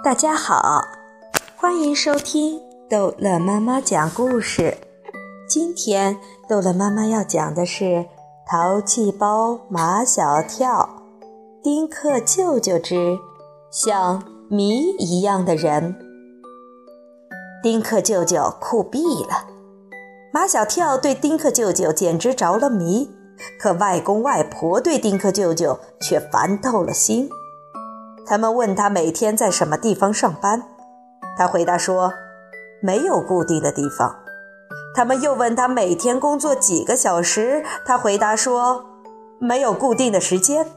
大家好，欢迎收听逗乐妈妈讲故事。今天逗乐妈妈要讲的是淘气包马小跳，丁克舅舅之像谜一样的人。丁克舅舅酷毙了，马小跳对丁克舅舅简直着了迷，可外公外婆对丁克舅舅却烦透了心。他们问他每天在什么地方上班，他回答说没有固定的地方。他们又问他每天工作几个小时，他回答说没有固定的时间。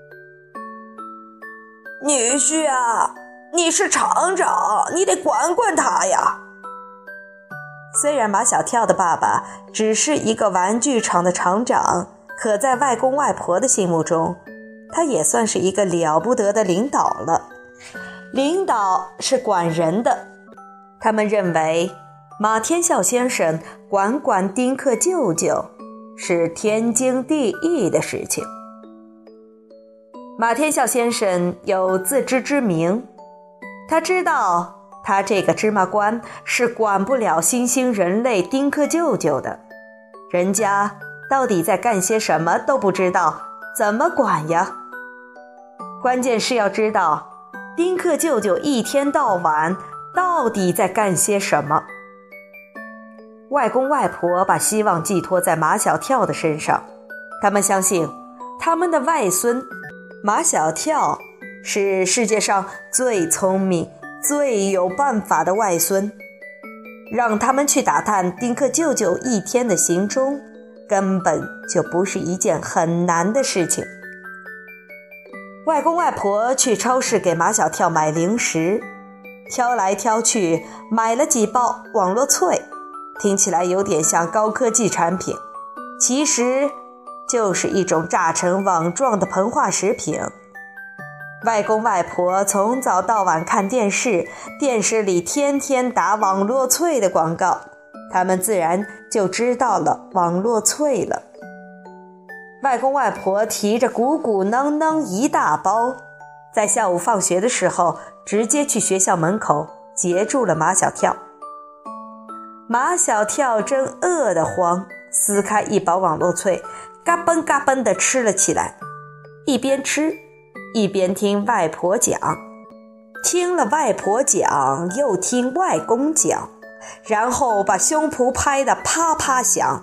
女婿啊，你是厂长，你得管管他呀。虽然马小跳的爸爸只是一个玩具厂的厂长，可在外公外婆的心目中，他也算是一个了不得的领导了。领导是管人的，他们认为马天笑先生管管丁克舅舅是天经地义的事情。马天笑先生有自知之明，他知道他这个芝麻官是管不了新兴人类丁克舅舅的，人家到底在干些什么都不知道，怎么管呀？关键是要知道丁克舅舅一天到晚到底在干些什么。外公外婆把希望寄托在马小跳的身上，他们相信他们的外孙马小跳是世界上最聪明最有办法的外孙，让他们去打探丁克舅舅一天的行踪根本就不是一件很难的事情。外公外婆去超市给马小跳买零食，挑来挑去买了几包网络脆，听起来有点像高科技产品，其实就是一种炸成网状的膨化食品。外公外婆从早到晚看电视，电视里天天打网络脆的广告，他们自然就知道了网络脆了。外公外婆提着鼓鼓囊囊一大包，在下午放学的时候直接去学校门口截住了马小跳。马小跳正饿得慌，撕开一包网络脆，嘎嘣嘎嘣地吃了起来，一边吃一边听外婆讲，听了外婆讲又听外公讲，然后把胸脯拍得啪啪响。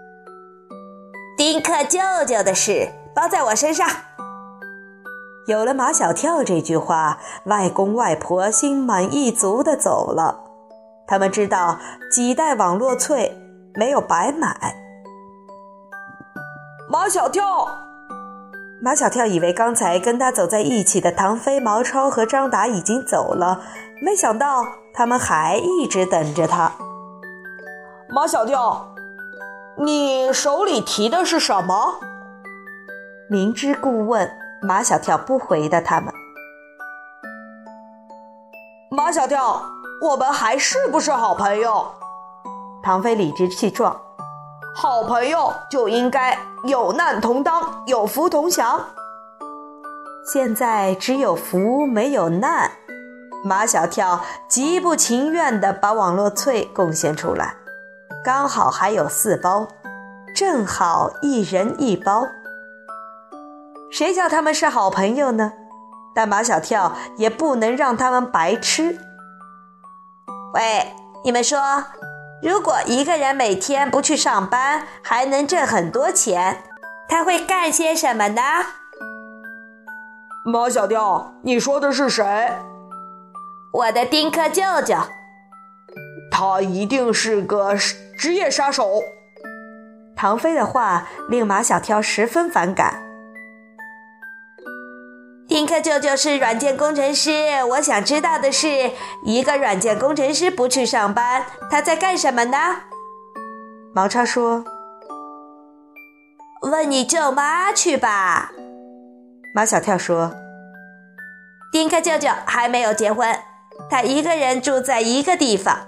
丁克舅舅的事包在我身上。有了马小跳这句话，外公外婆心满意足地走了。他们知道几袋网络脆没有白买。马小跳以为刚才跟他走在一起的唐飞、毛超和张达已经走了，没想到他们还一直等着他。 马小跳，你手里提的是什么？ 明知故问，马小跳不回答他们。 马小跳，我们还是不是好朋友？ 唐飞理直气壮。 好朋友就应该有难同当，有福同享。 现在只有福没有难，马小跳极不情愿地把网络脆贡献出来，刚好还有4包，正好一人1包。谁叫他们是好朋友呢？但马小跳也不能让他们白吃。喂，你们说，如果一个人每天不去上班还能挣很多钱，他会干些什么呢？ 马小跳，你说的是谁？ 我的丁克舅舅。 他一定是个职业杀手。 唐飞的话令马小跳十分反感。丁克舅舅是软件工程师，我想知道的是，一个软件工程师不去上班，他在干什么呢？毛超说，问你舅妈去吧。马小跳说，丁克舅舅还没有结婚，他一个人住在一个地方。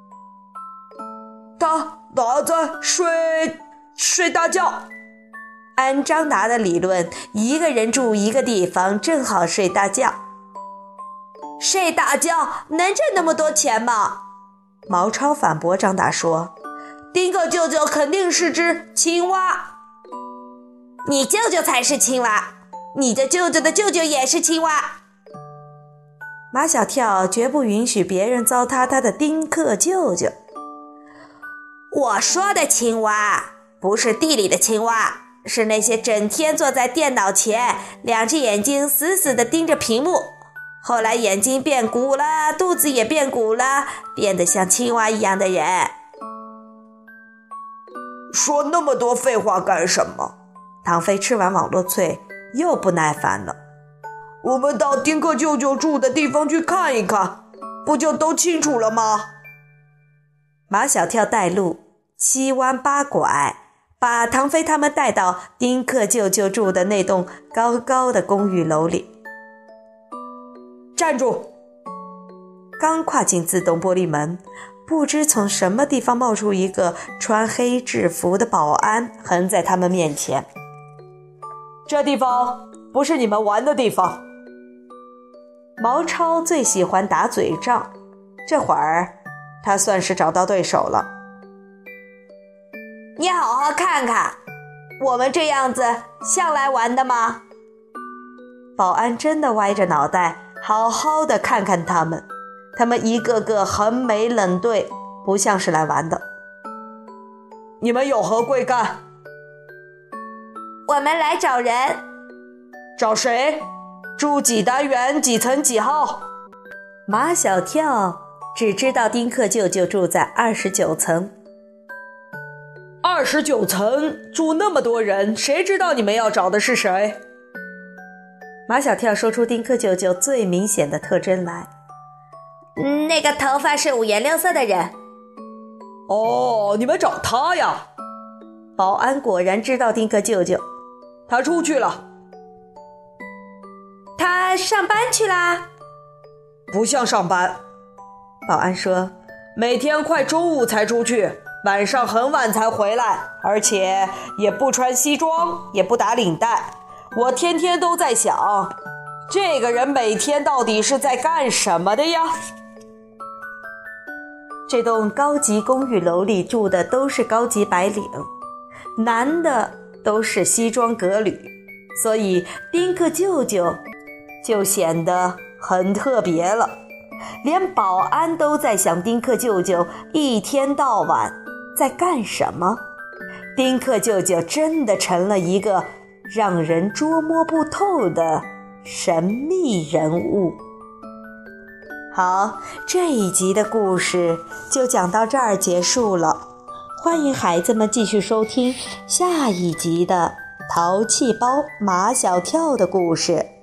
他在睡大觉。 按张达的理论，一个人住一个地方正好睡大觉。 睡大觉能挣那么多钱吗？毛超反驳张达说，丁克舅舅肯定是只青蛙。你舅舅才是青蛙，你的舅舅的舅舅也是青蛙。马小跳绝不允许别人糟蹋他的丁克舅舅。我说的青蛙不是地里的青蛙，是那些整天坐在电脑前，两只眼睛死死地盯着屏幕，后来眼睛变鼓了，肚子也变鼓了，变得像青蛙一样的人。 说那么多废话干什么？ 唐飞吃完网络脆又不耐烦了。 我们到丁克舅舅住的地方去看一看，不就都清楚了吗？ 马小跳带路，七弯八拐，把唐飞他们带到丁克舅舅住的那栋高高的公寓楼里。 站住！ 刚跨进自动玻璃门，不知从什么地方冒出一个穿黑制服的保安，横在他们面前。 这地方不是你们玩的地方。 毛超最喜欢打嘴仗，这会儿他算是找到对手了。你好好看看，我们这样子像来玩的吗？保安真的歪着脑袋好好的看看他们，他们一个个横眉冷对，不像是来玩的。 你们有何贵干？ 我们来找人。 找谁？住几单元几层几号？ 马小跳只知道丁克舅舅住在29层。 29层住那么多人，谁知道你们要找的是谁？ 马小跳说出丁克舅舅最明显的特征来。那个头发是五颜六色的人。 哦，你们找他呀？ 保安果然知道丁克舅舅。 他出去了。 他上班去啦？ 不像上班。 保安说， 每天快中午才出去，晚上很晚才回来，而且也不穿西装，也不打领带。我天天都在想，这个人每天到底是在干什么的呀？ 这栋高级公寓楼里住的都是高级白领，男的都是西装革履，所以丁克舅舅就显得很特别了。连保安都在想丁克舅舅一天到晚在干什么。丁克舅舅真的成了一个让人捉摸不透的神秘人物。好，这一集的故事就讲到这儿结束了，欢迎孩子们继续收听下一集的淘气包马小跳的故事。